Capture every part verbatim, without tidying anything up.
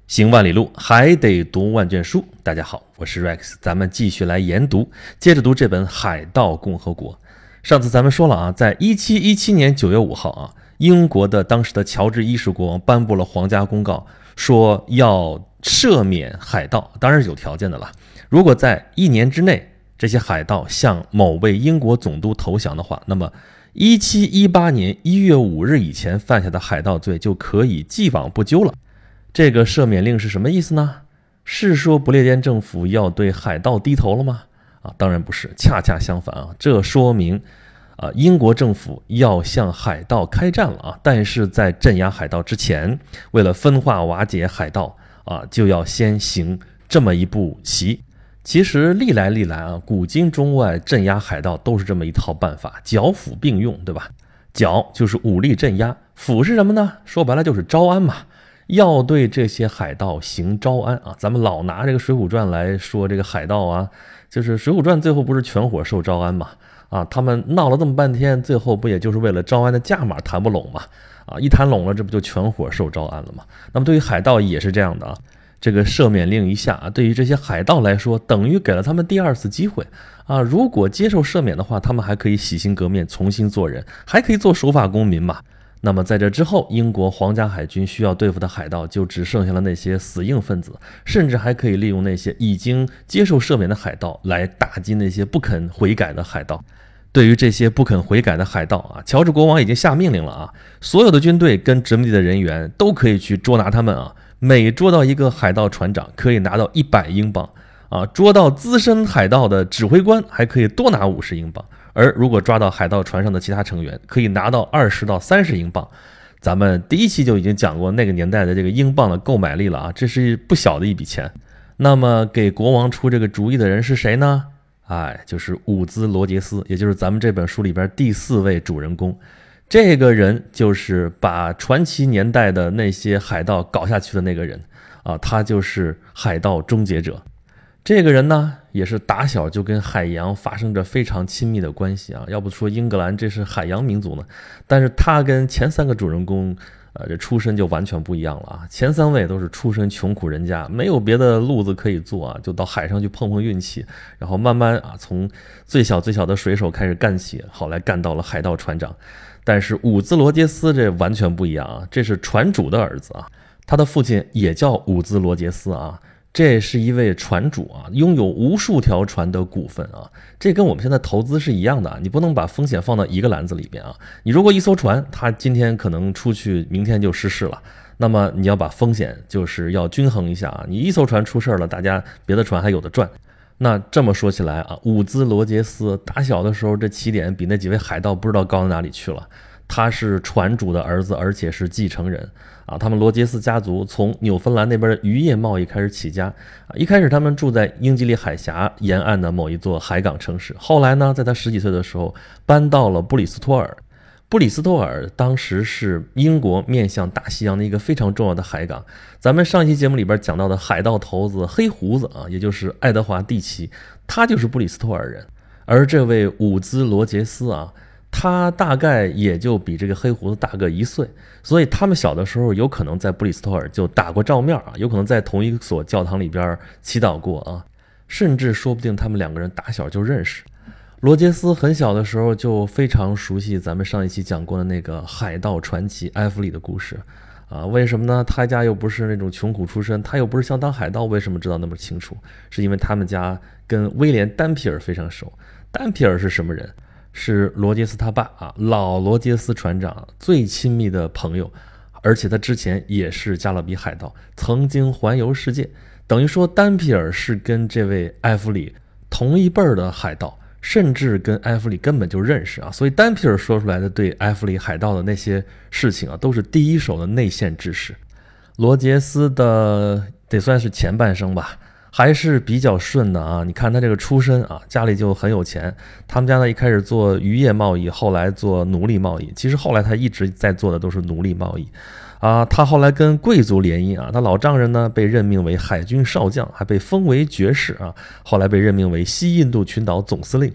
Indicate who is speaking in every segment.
Speaker 1: 行万里路，还得读万卷书。大家好，我是 Rex， 咱们继续来研读，接着读这本《海盗共和国》。上次咱们说了啊，在一七一七年九月五号啊，英国的当时的乔治一世国王颁布了皇家公告，说要赦免海盗，当然是有条件的了。如果在一年之内，这些海盗向某位英国总督投降的话，那么一七一八年一月五日以前犯下的海盗罪就可以既往不咎了。这个赦免令是什么意思呢？是说不列颠政府要对海盗低头了吗？啊，当然不是，恰恰相反啊，这说明啊，英国政府要向海盗开战了啊！但是在镇压海盗之前，为了分化瓦解海盗啊，就要先行这么一步棋。其实历来历来啊，古今中外镇压海盗都是这么一套办法，剿抚并用，对吧？剿就是武力镇压，抚是什么呢？说白了就是招安嘛。要对这些海盗行招安啊！咱们老拿这个《水浒传》来说这个海盗啊，就是《水浒传》最后不是全伙受招安嘛？啊，他们闹了这么半天，最后不也就是为了招安的价码谈不拢嘛？啊，一谈拢了，这不就全伙受招安了吗？那么对于海盗也是这样的啊，这个赦免令一下啊，对于这些海盗来说，等于给了他们第二次机会啊！如果接受赦免的话，他们还可以洗心革面，重新做人，还可以做守法公民嘛？那么在这之后，英国皇家海军需要对付的海盗就只剩下了那些死硬分子，甚至还可以利用那些已经接受赦免的海盗来打击那些不肯悔改的海盗。对于这些不肯悔改的海盗啊，乔治国王已经下命令了啊，所有的军队跟殖民地的人员都可以去捉拿他们啊，每捉到一个海盗船长可以拿到一百英镑啊，捉到资深海盗的指挥官还可以多拿五十英镑。而如果抓到海盗船上的其他成员，可以拿到二十到三十英镑。咱们第一期就已经讲过那个年代的这个英镑的购买力了啊，这是不小的一笔钱。那么给国王出这个主意的人是谁呢？哎，就是伍兹罗杰斯，也就是咱们这本书里边第四位主人公。这个人就是把传奇年代的那些海盗搞下去的那个人啊，他就是海盗终结者。这个人呢，也是打小就跟海洋发生着非常亲密的关系啊，要不说英格兰这是海洋民族呢，但是他跟前三个主人公，呃，这出身就完全不一样了啊。前三位都是出身穷苦人家，没有别的路子可以做啊，就到海上去碰碰运气，然后慢慢啊，从最小最小的水手开始干起，后来干到了海盗船长。但是伍兹罗杰斯这完全不一样啊，这是船主的儿子啊，他的父亲也叫伍兹罗杰斯啊。这是一位船主啊，拥有无数条船的股份啊，这跟我们现在投资是一样的啊，你不能把风险放到一个篮子里边啊。你如果一艘船，它今天可能出去，明天就失事了，那么你要把风险就是要均衡一下啊。你一艘船出事了，大家别的船还有的赚。那这么说起来啊，伍兹罗杰斯打小的时候这起点比那几位海盗不知道高到哪里去了。他是船主的儿子，而且是继承人啊。他们罗杰斯家族从纽芬兰那边的渔业贸易开始起家啊。一开始他们住在英吉利海峡沿岸的某一座海港城市，后来呢，在他十几岁的时候搬到了布里斯托尔。布里斯托尔当时是英国面向大西洋的一个非常重要的海港。咱们上一期节目里边讲到的海盗头子黑胡子啊，也就是爱德华蒂奇，他就是布里斯托尔人。而这位伍兹罗杰斯啊，他大概也就比这个黑胡子大个一岁，所以他们小的时候有可能在布里斯托尔就打过照面啊，有可能在同一所教堂里边祈祷过啊，甚至说不定他们两个人打小就认识。罗杰斯很小的时候就非常熟悉咱们上一期讲过的那个海盗传奇埃弗里的故事啊，为什么呢？他家又不是那种穷苦出身，他又不是想当海盗，为什么知道那么清楚？是因为他们家跟威廉丹皮尔非常熟。丹皮尔是什么人？是罗杰斯他爸啊，老罗杰斯船长最亲密的朋友，而且他之前也是加勒比海盗，曾经环游世界。等于说丹皮尔是跟这位埃弗里同一辈儿的海盗，甚至跟埃弗里根本就认识啊。所以丹皮尔说出来的对埃弗里海盗的那些事情啊，都是第一手的内线知识。罗杰斯的得算是前半生吧，还是比较顺的啊！你看他这个出身啊，家里就很有钱。他们家呢一开始做渔业贸易，后来做奴隶贸易。其实后来他一直在做的都是奴隶贸易啊。他后来跟贵族联姻啊，他老丈人呢被任命为海军少将，还被封为爵士啊。后来被任命为西印度群岛总司令。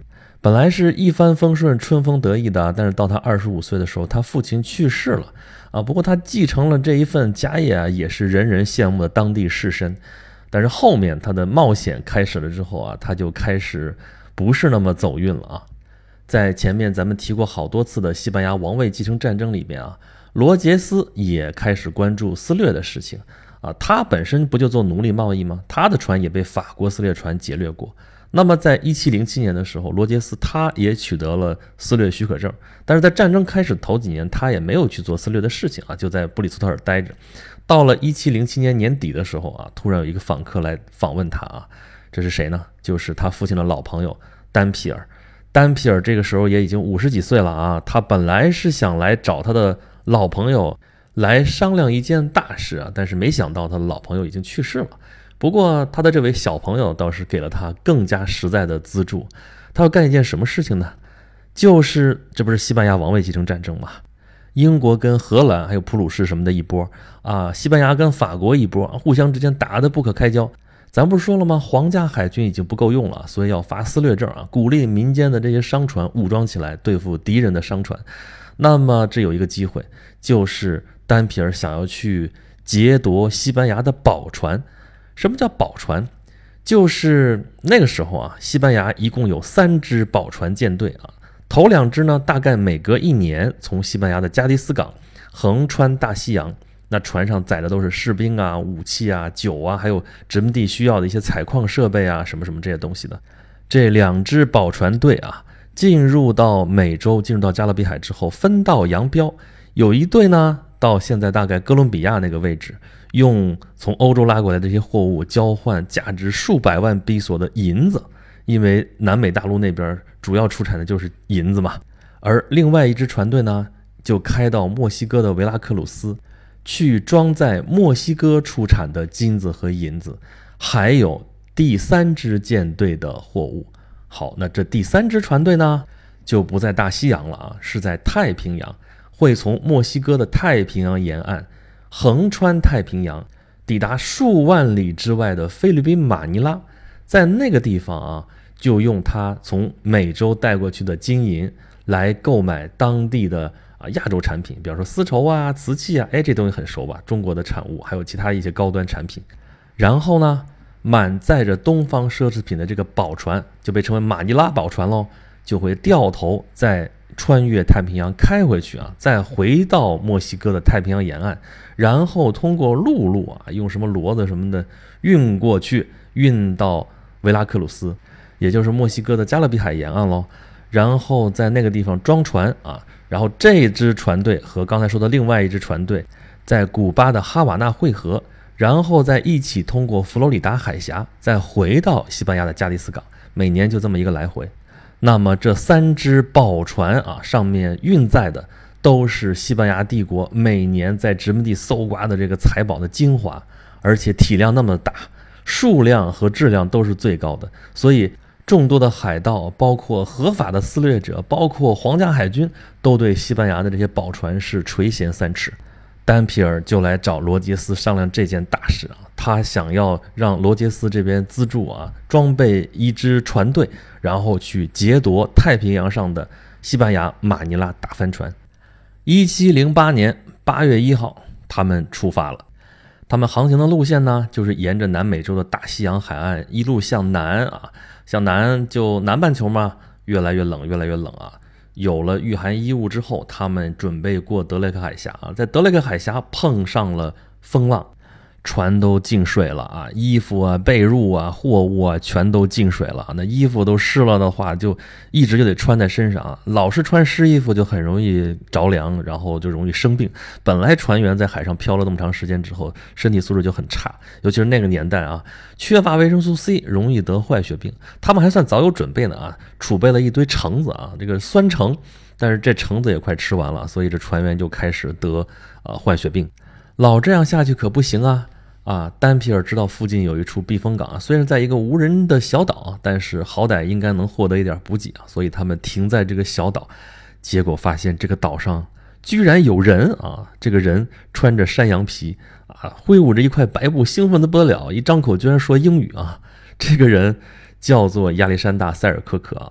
Speaker 1: 本来是一帆风顺、春风得意的，但是到他二十五岁的时候，他父亲去世了啊。不过他继承了这一份家业啊，也是人人羡慕的当地士绅。但是后面他的冒险开始了之后啊，他就开始不是那么走运了啊。在前面咱们提过好多次的西班牙王位继承战争里边啊，罗杰斯也开始关注私掠的事情啊。他本身不就做奴隶贸易吗？他的船也被法国私掠船劫掠过。那么在一七零七年的时候，罗杰斯他也取得了私掠许可证，但是在战争开始头几年，他也没有去做私掠的事情啊，就在布里斯托尔待着。到了一七零七年年底的时候啊，突然有一个访客来访问他啊，这是谁呢？就是他父亲的老朋友丹皮尔。丹皮尔这个时候也已经五十几岁了啊，他本来是想来找他的老朋友来商量一件大事啊，但是没想到他的老朋友已经去世了。不过他的这位小朋友倒是给了他更加实在的资助。他要干一件什么事情呢？就是这不是西班牙王位继承战争吗？英国跟荷兰还有普鲁士什么的一波啊，西班牙跟法国一波，互相之间打得不可开交。咱不是说了吗？皇家海军已经不够用了，所以要发私掠证啊，鼓励民间的这些商船武装起来对付敌人的商船。那么这有一个机会，就是丹皮尔想要去劫夺西班牙的宝船。什么叫宝船？就是那个时候啊，西班牙一共有三支宝船舰队啊，头两支呢，大概每隔一年从西班牙的加的斯港横穿大西洋，那船上载的都是士兵啊、武器啊、酒啊，还有殖民地需要的一些采矿设备啊，什么什么这些东西的。这两支宝船队啊，进入到美洲，进入到加勒比海之后，分道扬镳。有一队呢，到现在大概哥伦比亚那个位置，用从欧洲拉过来的这些货物交换价值数百万比索的银子，因为南美大陆那边主要出产的就是银子嘛。而另外一支船队呢，就开到墨西哥的维拉克鲁斯，去装载墨西哥出产的金子和银子，还有第三支舰队的货物。好，那这第三支船队呢，就不在大西洋了啊，是在太平洋，会从墨西哥的太平洋沿岸横穿太平洋，抵达数万里之外的菲律宾马尼拉。在那个地方啊，就用它从美洲带过去的金银来购买当地的啊亚洲产品，比方说丝绸啊、瓷器啊，哎，这东西很熟吧？中国的产物，还有其他一些高端产品。然后呢，满载着东方奢侈品的这个宝船就被称为马尼拉宝船喽，就会掉头再穿越太平洋开回去啊，再回到墨西哥的太平洋沿岸，然后通过陆路啊，用什么骡子什么的运过去，运到维拉克鲁斯，也就是墨西哥的加勒比海沿岸喽。然后在那个地方装船啊，然后这支船队和刚才说的另外一支船队在古巴的哈瓦那汇合，然后再一起通过佛罗里达海峡，再回到西班牙的加的斯港，每年就这么一个来回。那么这三支宝船啊，上面运载的都是西班牙帝国每年在殖民地搜刮的这个财宝的精华，而且体量那么大，数量和质量都是最高的，所以众多的海盗，包括合法的私掠者，包括皇家海军，都对西班牙的这些宝船是垂涎三尺。丹皮尔就来找罗杰斯商量这件大事啊，他想要让罗杰斯这边资助啊，装备一支船队，然后去劫夺太平洋上的西班牙马尼拉大帆船。一七零八年八月一号，他们出发了。他们航行的路线呢，就是沿着南美洲的大西洋海岸一路向南啊，向南就南半球嘛，越来越冷，越来越冷啊。有了御寒衣物之后，他们准备过德雷克海峡啊，在德雷克海峡碰上了风浪，船都进水了啊，衣服啊、被褥啊、货物啊全都进水了。那衣服都湿了的话，就一直就得穿在身上，老是穿湿衣服就很容易着凉，然后就容易生病。本来船员在海上漂了那么长时间之后，身体素质就很差，尤其是那个年代啊，缺乏维生素 C， 容易得坏血病。他们还算早有准备呢啊，储备了一堆橙子啊，这个酸橙，但是这橙子也快吃完了，所以这船员就开始得呃坏血病。老这样下去可不行啊！啊，丹皮尔知道附近有一处避风港啊，虽然在一个无人的小岛，但是好歹应该能获得一点补给啊，所以他们停在这个小岛，结果发现这个岛上居然有人啊！这个人穿着山羊皮啊，挥舞着一块白布，兴奋得不得了，一张口居然说英语啊！这个人叫做亚历山大·塞尔科克啊，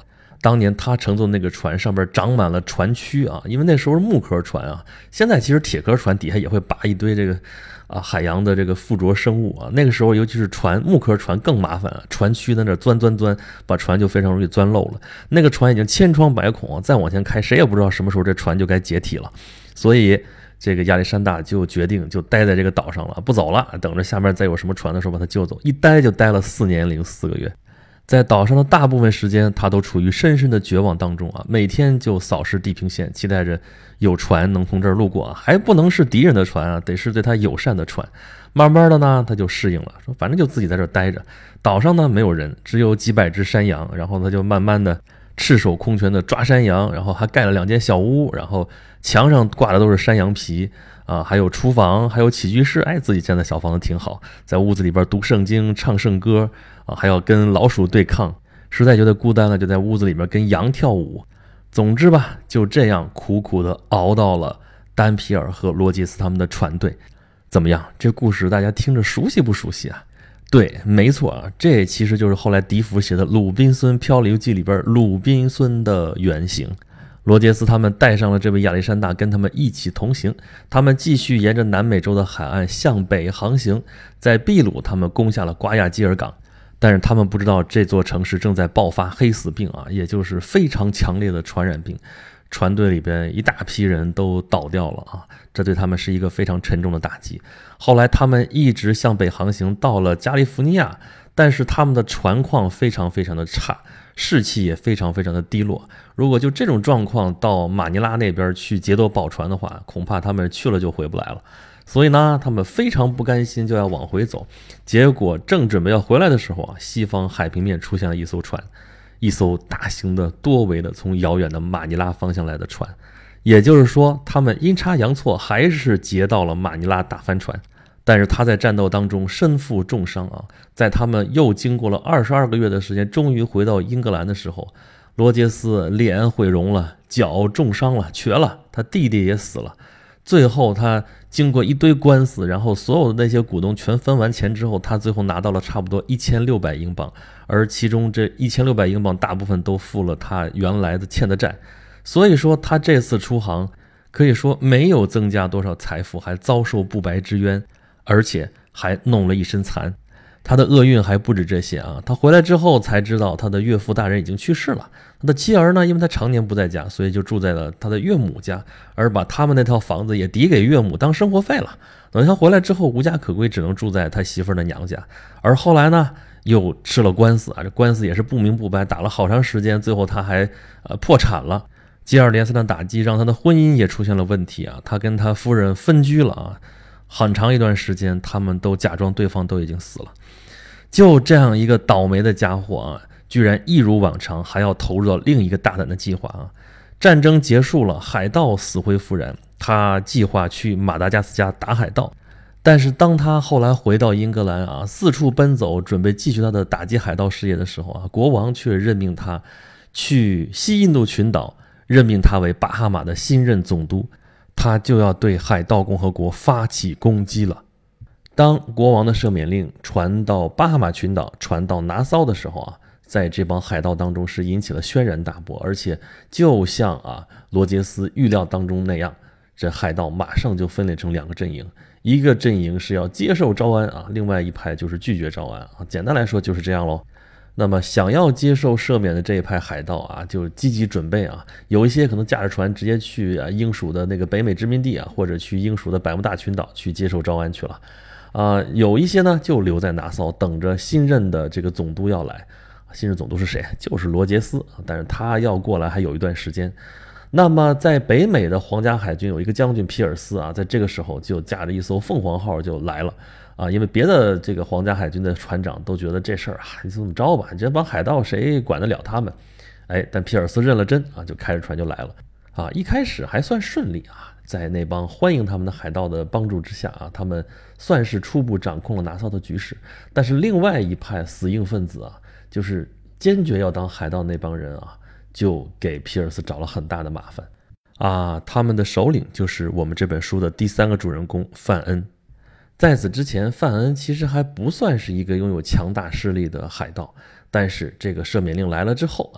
Speaker 1: 当年他乘坐那个船上边长满了船蛆啊，因为那时候是木壳船啊，现在其实铁壳船底下也会拔一堆这个啊海洋的这个附着生物啊，那个时候尤其是船木壳船更麻烦啊，船蛆在那钻钻钻，把船就非常容易钻漏了。那个船已经千疮百孔啊，再往前开谁也不知道什么时候这船就该解体了，所以这个亚历山大就决定就待在这个岛上了，不走了，等着下面再有什么船的时候把他救走。一待就待了四年零四个月，在岛上的大部分时间他都处于深深的绝望当中啊，每天就扫视地平线，期待着有船能从这儿路过啊，还不能是敌人的船啊，得是对他友善的船。慢慢的呢，他就适应了，说反正就自己在这儿待着，岛上呢没有人，只有几百只山羊，然后他就慢慢的赤手空拳的抓山羊，然后还盖了两间小屋，然后墙上挂的都是山羊皮啊，还有厨房，还有起居室，哎，自己建的小房子挺好，在屋子里边读圣经、唱圣歌啊，还要跟老鼠对抗，实在觉得孤单了，就在屋子里边跟羊跳舞。总之吧，就这样苦苦的熬到了丹皮尔和罗杰斯他们的船队。怎么样？这故事大家听着熟悉不熟悉啊？对，没错啊，这其实就是后来笛福写的《鲁滨孙漂流记》里边鲁滨孙的原型。罗杰斯他们带上了这位亚历山大，跟他们一起同行。他们继续沿着南美洲的海岸向北航行，在秘鲁他们攻下了瓜亚基尔港。但是他们不知道这座城市正在爆发黑死病啊，也就是非常强烈的传染病。船队里边一大批人都倒掉了啊，这对他们是一个非常沉重的打击。后来他们一直向北航行到了加利福尼亚，但是他们的船况非常非常的差，士气也非常非常的低落。如果就这种状况到马尼拉那边去劫夺宝船的话，恐怕他们去了就回不来了。所以呢，他们非常不甘心，就要往回走。结果正准备要回来的时候啊，西方海平面出现了一艘船，一艘大型的多维的从遥远的马尼拉方向来的船。也就是说，他们阴差阳错还是劫到了马尼拉大帆船。但是他在战斗当中身负重伤啊，在他们又经过了二十二个月的时间，终于回到英格兰的时候，罗杰斯脸毁容了，脚重伤了，瘸了，他弟弟也死了。最后他经过一堆官司，然后所有的那些股东全分完钱之后，他最后拿到了差不多一千六百英镑，而其中这一千六百英镑大部分都付了他原来的欠的债。所以说他这次出航可以说没有增加多少财富，还遭受不白之冤，而且还弄了一身残。他的厄运还不止这些啊！他回来之后才知道他的岳父大人已经去世了，他的妻儿呢，因为他常年不在家，所以就住在了他的岳母家，而把他们那套房子也抵给岳母当生活费了。等他回来之后无家可归，只能住在他媳妇儿的娘家。而后来呢，又吃了官司啊，这官司也是不明不白，打了好长时间，最后他还呃破产了。接二连三的打击让他的婚姻也出现了问题啊，他跟他夫人分居了啊。很长一段时间他们都假装对方都已经死了。就这样一个倒霉的家伙啊，居然一如往常还要投入到另一个大胆的计划啊！战争结束了，海盗死灰复燃，他计划去马达加斯加打海盗。但是当他后来回到英格兰啊，四处奔走准备继续他的打击海盗事业的时候啊，国王却任命他去西印度群岛，任命他为巴哈马的新任总督，他就要对海盗共和国发起攻击了。当国王的赦免令传到巴哈马群岛，传到拿骚的时候啊，在这帮海盗当中是引起了轩然大波，而且就像啊罗杰斯预料当中那样，这海盗马上就分裂成两个阵营，一个阵营是要接受招安啊，另外一派就是拒绝招安啊，简单来说就是这样咯。那么想要接受赦免的这一派海盗啊，就积极准备啊，有一些可能驾着船直接去啊英属的那个北美殖民地啊，或者去英属的百慕大群岛去接受招安去了。啊、呃，有一些呢就留在拿骚，等着新任的这个总督要来。新任总督是谁？就是罗杰斯，但是他要过来还有一段时间。那么在北美的皇家海军有一个将军皮尔斯啊，在这个时候就驾着一艘凤凰号就来了啊，因为别的这个皇家海军的船长都觉得这事儿啊，你这么着吧，你这帮海盗谁管得了他们？哎，但皮尔斯认了真啊，就开着船就来了啊，一开始还算顺利啊。在那帮欢迎他们的海盗的帮助之下啊，他们算是初步掌控了拿骚的局势。但是另外一派死硬分子啊，就是坚决要当海盗那帮人啊，就给皮尔斯找了很大的麻烦啊。他们的首领就是我们这本书的第三个主人公范恩。在此之前，范恩其实还不算是一个拥有强大势力的海盗，但是这个赦免令来了之后啊，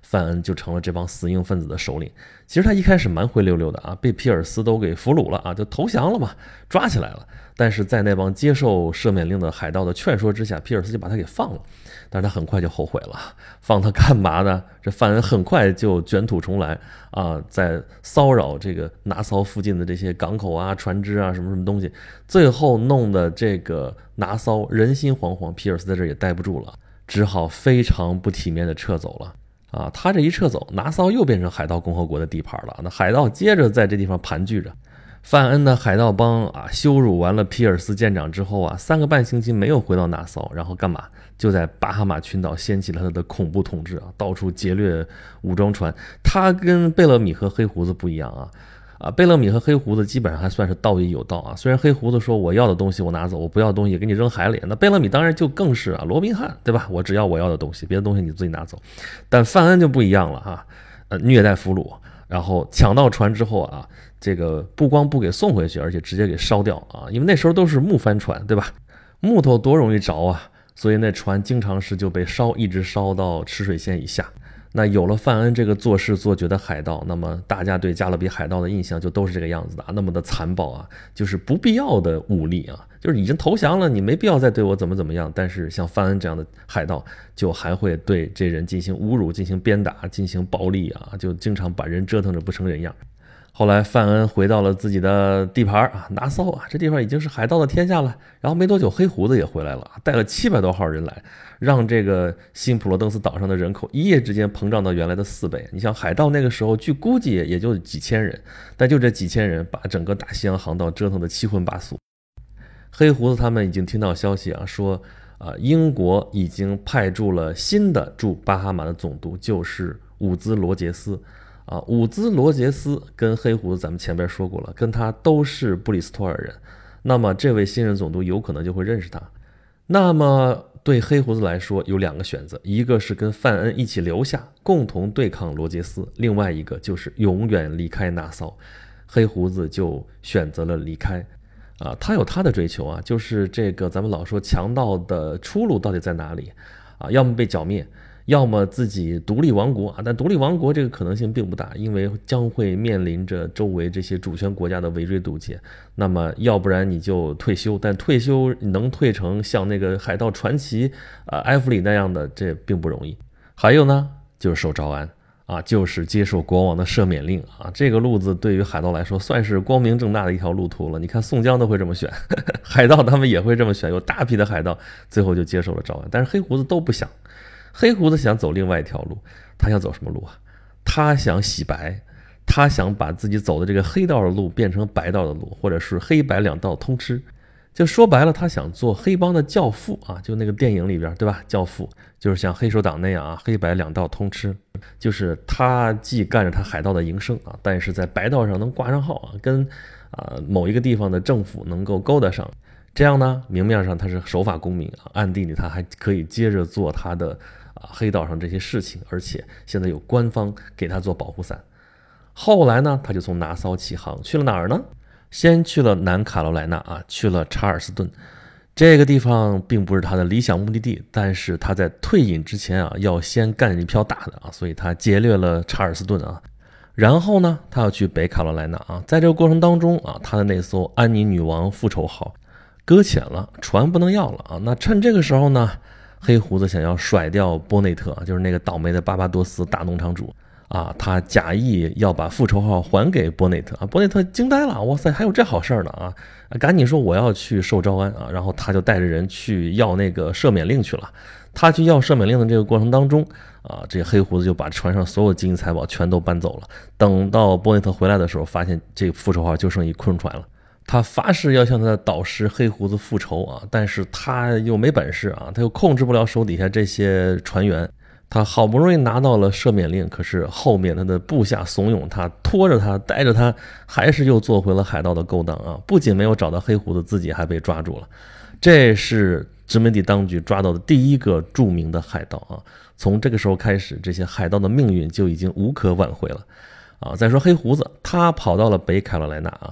Speaker 1: 范恩就成了这帮死硬分子的首领。其实他一开始蛮灰溜溜的啊，被皮尔斯都给俘虏了啊，就投降了嘛，抓起来了。但是在那帮接受赦免令的海盗的劝说之下，皮尔斯就把他给放了。但是他很快就后悔了，放他干嘛呢？这范恩很快就卷土重来啊，在骚扰这个拿骚附近的这些港口啊、船只啊什么什么东西，最后弄得这个拿骚人心惶惶，皮尔斯在这儿也待不住了，只好非常不体面的撤走了。啊，他这一撤走，拿骚又变成海盗共和国的地盘了。那海盗接着在这地方盘踞着。范恩的海盗帮啊，羞辱完了皮尔斯舰长之后啊，三个半星期没有回到拿骚，然后干嘛？就在巴哈马群岛掀起了他的恐怖统治啊，到处劫掠武装船。他跟贝勒米和黑胡子不一样啊，啊，贝勒米和黑胡子基本上还算是道义有道啊。虽然黑胡子说我要的东西我拿走，我不要的东西给你扔海里，那贝勒米当然就更是啊，罗宾汉，对吧？我只要我要的东西，别的东西你自己拿走。但范恩就不一样了哈，呃，虐待俘虏。然后抢到船之后啊，这个不光不给送回去，而且直接给烧掉啊！因为那时候都是木帆船，对吧？木头多容易着啊，所以那船经常是就被烧，一直烧到赤水线以下。那有了范恩这个做事做绝的海盗，那么大家对加勒比海盗的印象就都是这个样子的啊，那么的残暴啊，就是不必要的武力啊，就是已经投降了，你没必要再对我怎么怎么样。但是像范恩这样的海盗，就还会对这人进行侮辱、进行鞭打、进行暴力啊，就经常把人折腾着不成人样。后来范恩回到了自己的地盘啊，拿骚啊，这地方已经是海盗的天下了。然后没多久，黑胡子也回来了，带了七百多号人来，让这个新普罗登斯岛上的人口一夜之间膨胀到原来的四倍。你像海盗那个时候，据估计也就几千人，但就这几千人把整个大西洋航道折腾得七荤八素。黑胡子他们已经听到消息啊，说啊，英国已经派驻了新的驻巴哈马的总督，就是伍兹罗杰斯。啊，伍兹罗杰斯跟黑胡子咱们前边说过了，跟他都是布里斯托尔人，那么这位新任总督有可能就会认识他。那么对黑胡子来说有两个选择，一个是跟范恩一起留下，共同对抗罗杰斯，另外一个就是永远离开拿骚。黑胡子就选择了离开。啊，他有他的追求啊，就是这个咱们老说强盗的出路到底在哪里啊？要么被剿灭，要么自己独立王国啊，但独立王国这个可能性并不大，因为将会面临着周围这些主权国家的围追堵截。那么要不然你就退休，但退休能退成像那个海盗传奇啊埃弗里那样的，这并不容易。还有呢，就是受招安啊，就是接受国王的赦免令啊，这个路子对于海盗来说算是光明正大的一条路途了。你看宋江都会这么选，呵呵海盗他们也会这么选，有大批的海盗最后就接受了招安，但是黑胡子都不想。黑胡子想走另外一条路，他想走什么路啊？他想洗白，他想把自己走的这个黑道的路变成白道的路，或者是黑白两道通吃。就说白了，他想做黑帮的教父啊，就那个电影里边，对吧？教父就是像黑手党那样啊，黑白两道通吃，就是他既干着他海盗的营生啊，但是在白道上能挂上号啊，跟啊某一个地方的政府能够勾得上。这样呢，明面上他是守法公民啊，暗地里他还可以接着做他的啊黑道上这些事情，而且现在有官方给他做保护伞。后来呢，他就从拿骚起航，去了哪儿呢？先去了南卡罗来纳啊，去了查尔斯顿。这个地方并不是他的理想目的地，但是他在退隐之前啊，要先干一票大的啊，所以他劫掠了查尔斯顿啊。然后呢，他要去北卡罗来纳啊，在这个过程当中啊，他的那艘安妮女王复仇号搁浅了，船不能要了啊。那趁这个时候呢，黑胡子想要甩掉波内特，就是那个倒霉的巴巴多斯大农场主啊，他假意要把复仇号还给波内特啊。波内特惊呆了，哇塞，还有这好事呢啊！赶紧说我要去受招安啊。然后他就带着人去要那个赦免令去了。他去要赦免令的这个过程当中啊，这黑胡子就把船上所有金银财宝全都搬走了。等到波内特回来的时候，发现这个复仇号就剩一空船了。他发誓要向他的导师黑胡子复仇啊，但是他又没本事啊，他又控制不了手底下这些船员。他好不容易拿到了赦免令，可是后面他的部下怂恿他，拖着他，带着他，还是又做回了海盗的勾当啊！不仅没有找到黑胡子，自己还被抓住了。这是殖民地当局抓到的第一个著名的海盗啊！从这个时候开始，这些海盗的命运就已经无可挽回了啊！再说黑胡子，他跑到了北卡罗来纳啊。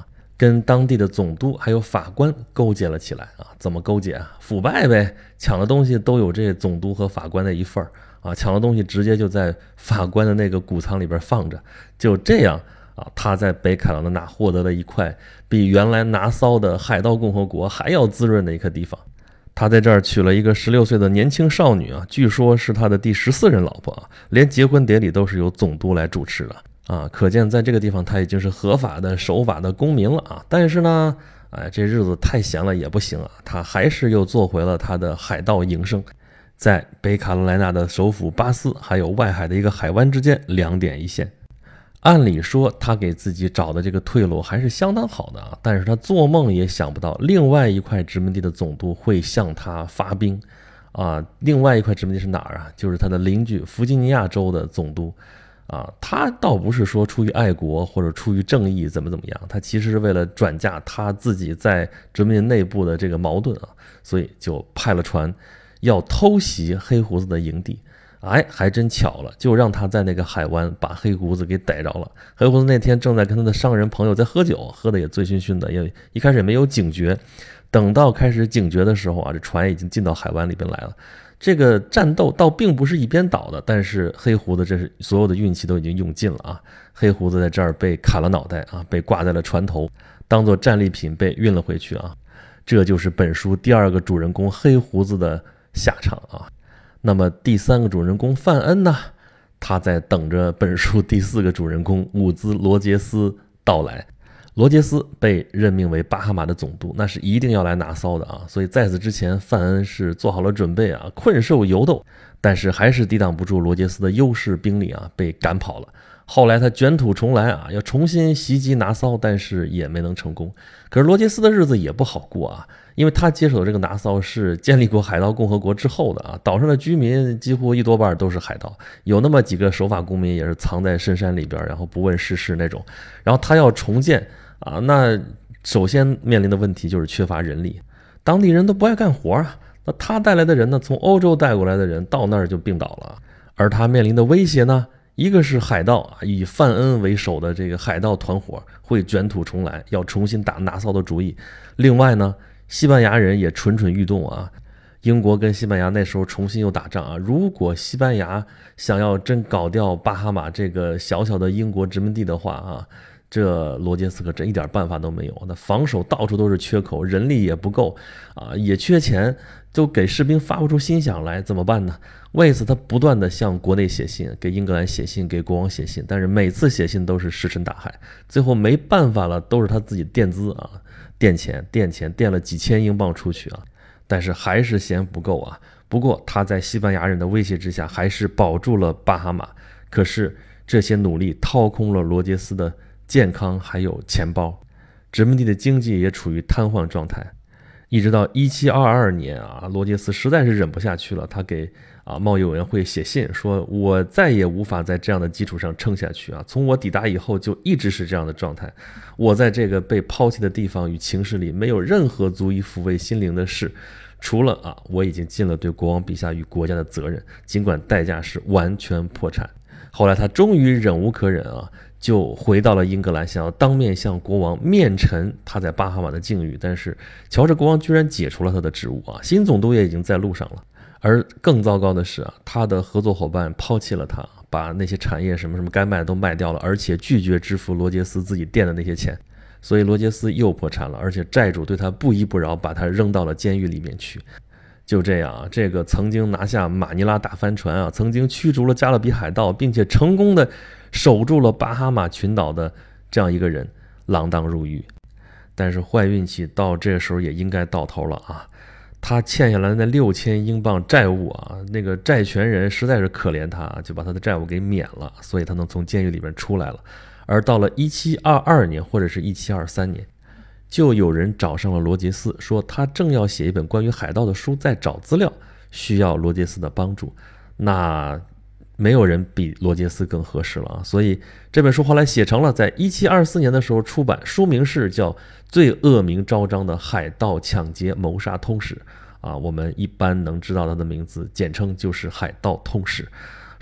Speaker 1: 跟当地的总督还有法官勾结了起来啊。怎么勾结啊？腐败呗，抢的东西都有这总督和法官的一份儿啊，抢的东西直接就在法官的那个谷仓里边放着。就这样啊，他在北卡罗来纳获得了一块比原来拿骚的海盗共和国还要滋润的一块地方。他在这儿娶了一个十六岁的年轻少女啊，据说是他的第十四任老婆啊，连结婚典礼都是由总督来主持的啊，可见在这个地方他已经是合法的守法的公民了啊。但是呢，哎，这日子太闲了也不行啊，他还是又做回了他的海盗营生，在北卡罗来纳的首府巴斯还有外海的一个海湾之间两点一线。按理说他给自己找的这个退路还是相当好的啊，但是他做梦也想不到另外一块殖民地的总督会向他发兵啊。另外一块殖民地是哪儿啊？就是他的邻居弗吉尼亚州的总督啊。他倒不是说出于爱国或者出于正义怎么怎么样，他其实是为了转嫁他自己在殖民地内部的这个矛盾啊，所以就派了船要偷袭黑胡子的营地。哎，还真巧了，就让他在那个海湾把黑胡子给逮着了。黑胡子那天正在跟他的商人朋友在喝酒，喝的也醉醺醺的，也一开始也没有警觉。等到开始警觉的时候啊，这船已经进到海湾里边来了。这个战斗倒并不是一边倒的，但是黑胡子这是所有的运气都已经用尽了啊。黑胡子在这儿被砍了脑袋啊，被挂在了船头，当做战利品被运了回去啊。这就是本书第二个主人公黑胡子的下场啊。那么第三个主人公范恩呢？他在等着本书第四个主人公伍兹罗杰斯到来。罗杰斯被任命为巴哈马的总督，那是一定要来拿骚的啊！所以在此之前，范恩是做好了准备啊，困兽犹斗，但是还是抵挡不住罗杰斯的优势兵力啊，被赶跑了。后来他卷土重来啊，要重新袭击拿骚，但是也没能成功。可是罗杰斯的日子也不好过啊，因为他接手的这个拿骚是建立过海盗共和国之后的啊，岛上的居民几乎一多半都是海盗，有那么几个守法公民也是藏在深山里边，然后不问世事那种。然后他要重建啊，那首先面临的问题就是缺乏人力，当地人都不爱干活啊。那他带来的人呢，从欧洲带过来的人到那儿就病倒了，而他面临的威胁呢？一个是海盗啊，以范恩为首的这个海盗团伙会卷土重来，要重新打拿骚的主意。另外呢，西班牙人也蠢蠢欲动啊。英国跟西班牙那时候重新又打仗啊，如果西班牙想要真搞掉巴哈马这个小小的英国殖民地的话啊，这罗杰斯可真一点办法都没有。那防守到处都是缺口，人力也不够啊，也缺钱，就给士兵发不出心想来，怎么办呢？为此他不断的向国内写信，给英格兰写信，给国王写信，但是每次写信都是石沉大海，最后没办法了，都是他自己垫资啊，垫钱垫钱垫了几千英镑出去啊，但是还是嫌不够啊。不过他在西班牙人的威胁之下还是保住了巴哈马，可是这些努力掏空了罗杰斯的健康还有钱包，殖民地的经济也处于瘫痪状态。一直到一七二二年啊，罗杰斯实在是忍不下去了，他给啊贸易委员会写信说，我再也无法在这样的基础上撑下去啊！从我抵达以后就一直是这样的状态，我在这个被抛弃的地方与情势里没有任何足以抚慰心灵的事，除了啊我已经尽了对国王陛下与国家的责任，尽管代价是完全破产。后来他终于忍无可忍啊，就回到了英格兰，想要当面向国王面陈他在巴哈马的境遇，但是乔治国王居然解除了他的职务啊，新总督也已经在路上了。而更糟糕的是啊，他的合作伙伴抛弃了他，把那些产业什么什么该卖的都卖掉了，而且拒绝支付罗杰斯自己垫的那些钱，所以罗杰斯又破产了，而且债主对他不依不饶，把他扔到了监狱里面去。就这样啊，这个曾经拿下马尼拉大帆船啊，曾经驱逐了加勒比海盗，并且成功的守住了巴哈马群岛的这样一个人，锒铛入狱。但是坏运气到这时候也应该到头了啊！他欠下来的那六千英镑债务啊，那个债权人实在是可怜他，就把他的债务给免了，所以他能从监狱里面出来了。而到了一七二二年或者是一七二三年，就有人找上了罗杰斯，说他正要写一本关于海盗的书，在找资料，需要罗杰斯的帮助。那没有人比罗杰斯更合适了啊！所以这本书后来写成了，在一七二四年的时候出版，书名是叫《最恶名昭彰的海盗抢劫谋杀通史》啊，我们一般能知道它的名字，简称就是《海盗通史》。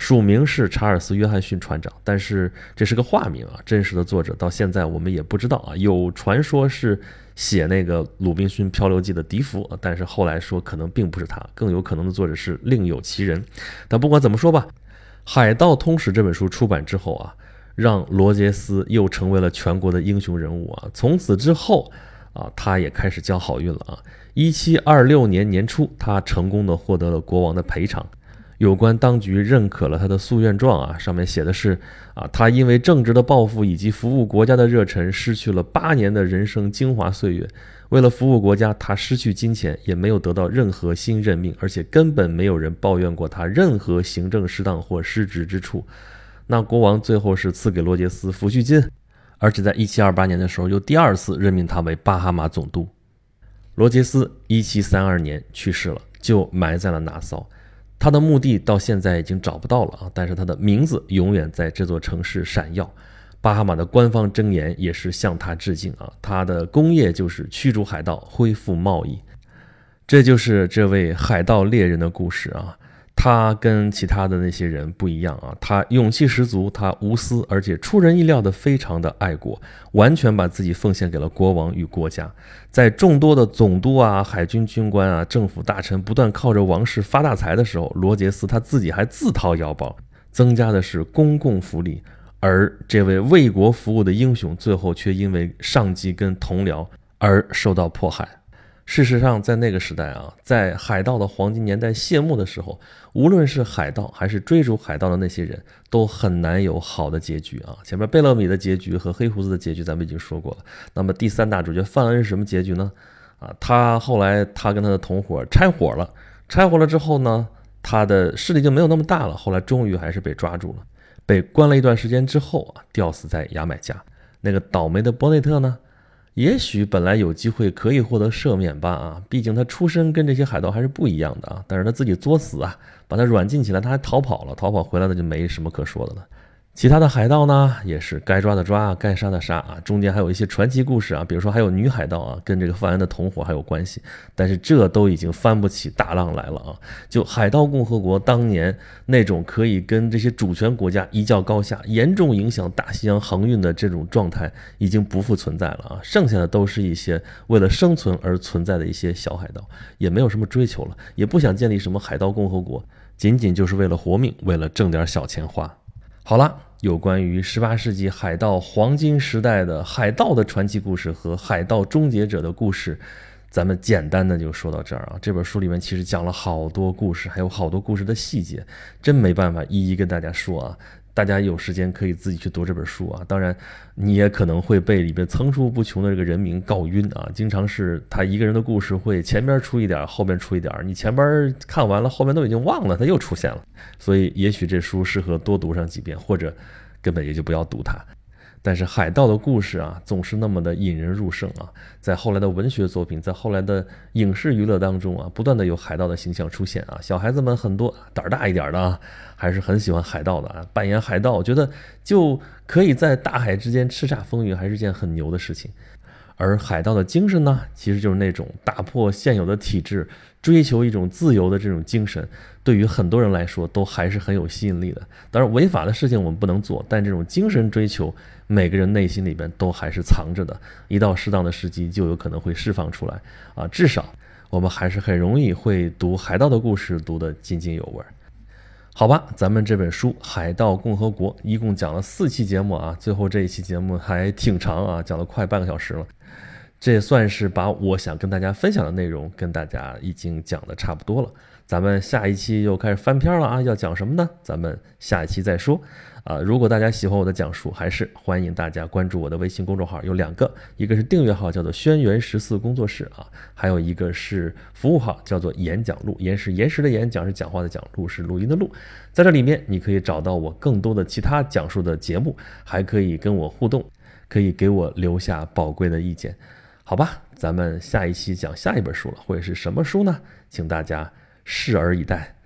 Speaker 1: 署名是查尔斯·约翰逊船长，但是这是个化名啊，真实的作者到现在我们也不知道啊。有传说是写那个《鲁滨逊漂流记》的笛福，但是后来说可能并不是他，更有可能的作者是另有其人。但不管怎么说吧，《海盗通史》这本书出版之后啊，让罗杰斯又成为了全国的英雄人物啊。从此之后啊，他也开始交好运了啊。一七二六年年初，他成功的获得了国王的赔偿。有关当局认可了他的诉愿状啊，上面写的是啊，他因为政治的抱负以及服务国家的热忱，失去了八年的人生精华岁月。为了服务国家，他失去金钱，也没有得到任何新任命，而且根本没有人抱怨过他任何行政失当或失职之处。那国王最后是赐给罗杰斯抚恤金，而且在一七二八年的时候又第二次任命他为巴哈马总督。罗杰斯一七三二年去世了，就埋在了拿骚。他的墓地到现在已经找不到了啊，但是他的名字永远在这座城市闪耀。巴哈马的官方箴言也是向他致敬啊，他的功业就是驱逐海盗，恢复贸易。这就是这位海盗猎人的故事啊。他跟其他的那些人不一样啊，他勇气十足，他无私，而且出人意料的非常的爱国，完全把自己奉献给了国王与国家。在众多的总督啊、海军军官啊、政府大臣不断靠着王室发大财的时候，罗杰斯他自己还自掏腰包，增加的是公共福利。而这位为国服务的英雄，最后却因为上级跟同僚而受到迫害。事实上，在那个时代啊，在海盗的黄金年代谢幕的时候，无论是海盗还是追逐海盗的那些人，都很难有好的结局啊。前面贝勒米的结局和黑胡子的结局咱们已经说过了。那么第三大主角范恩是什么结局呢？啊，他后来他跟他的同伙拆伙了，拆伙了之后呢，他的势力就没有那么大了。后来终于还是被抓住了，被关了一段时间之后啊，吊死在牙买加。那个倒霉的波内特呢？也许本来有机会可以获得赦免吧啊，毕竟他出身跟这些海盗还是不一样的啊，但是他自己作死啊，把他软禁起来，他还逃跑了，逃跑回来的就没什么可说的了。其他的海盗呢，也是该抓的抓，该杀的杀啊，中间还有一些传奇故事啊，比如说还有女海盗啊，跟这个范恩的同伙还有关系，但是这都已经翻不起大浪来了啊！就海盗共和国当年那种可以跟这些主权国家一较高下，严重影响大西洋航运的这种状态已经不复存在了啊！剩下的都是一些为了生存而存在的一些小海盗，也没有什么追求了，也不想建立什么海盗共和国，仅仅就是为了活命，为了挣点小钱花。好了，有关于十八世纪海盗黄金时代的海盗的传奇故事和海盗终结者的故事，咱们简单的就说到这儿啊。这本书里面其实讲了好多故事，还有好多故事的细节，真没办法一一跟大家说啊。大家有时间可以自己去读这本书啊，当然你也可能会被里边层出不穷的这个人名告晕啊，经常是他一个人的故事会前边出一点，后边出一点，你前边看完了，后边都已经忘了，他又出现了，所以也许这书适合多读上几遍，或者根本也就不要读它。但是海盗的故事啊，总是那么的引人入胜啊，在后来的文学作品，在后来的影视娱乐当中啊，不断的有海盗的形象出现啊，小孩子们很多胆大一点的啊，还是很喜欢海盗的啊，扮演海盗，我觉得就可以在大海之间叱咤风云，还是件很牛的事情。而海盗的精神呢，其实就是那种打破现有的体制，追求一种自由的这种精神，对于很多人来说都还是很有吸引力的。当然违法的事情我们不能做，但这种精神追求每个人内心里边都还是藏着的，一到适当的时机就有可能会释放出来啊，至少我们还是很容易会读海盗的故事，读得津津有味。好吧，咱们这本书《海盗共和国》一共讲了四期节目啊，最后这一期节目还挺长啊，讲了快半个小时了。这也算是把我想跟大家分享的内容跟大家已经讲的差不多了。咱们下一期又开始翻篇了啊，要讲什么呢？咱们下一期再说啊。如果大家喜欢我的讲述，还是欢迎大家关注我的微信公众号，有两个，一个是订阅号叫做轩辕十四工作室啊，还有一个是服务号叫做演讲录，言是言时的言，讲是讲话的讲，录是录音的录。在这里面你可以找到我更多的其他讲述的节目，还可以跟我互动，可以给我留下宝贵的意见。好吧，咱们下一期讲下一本书了，会是什么书呢？请大家拭而以待。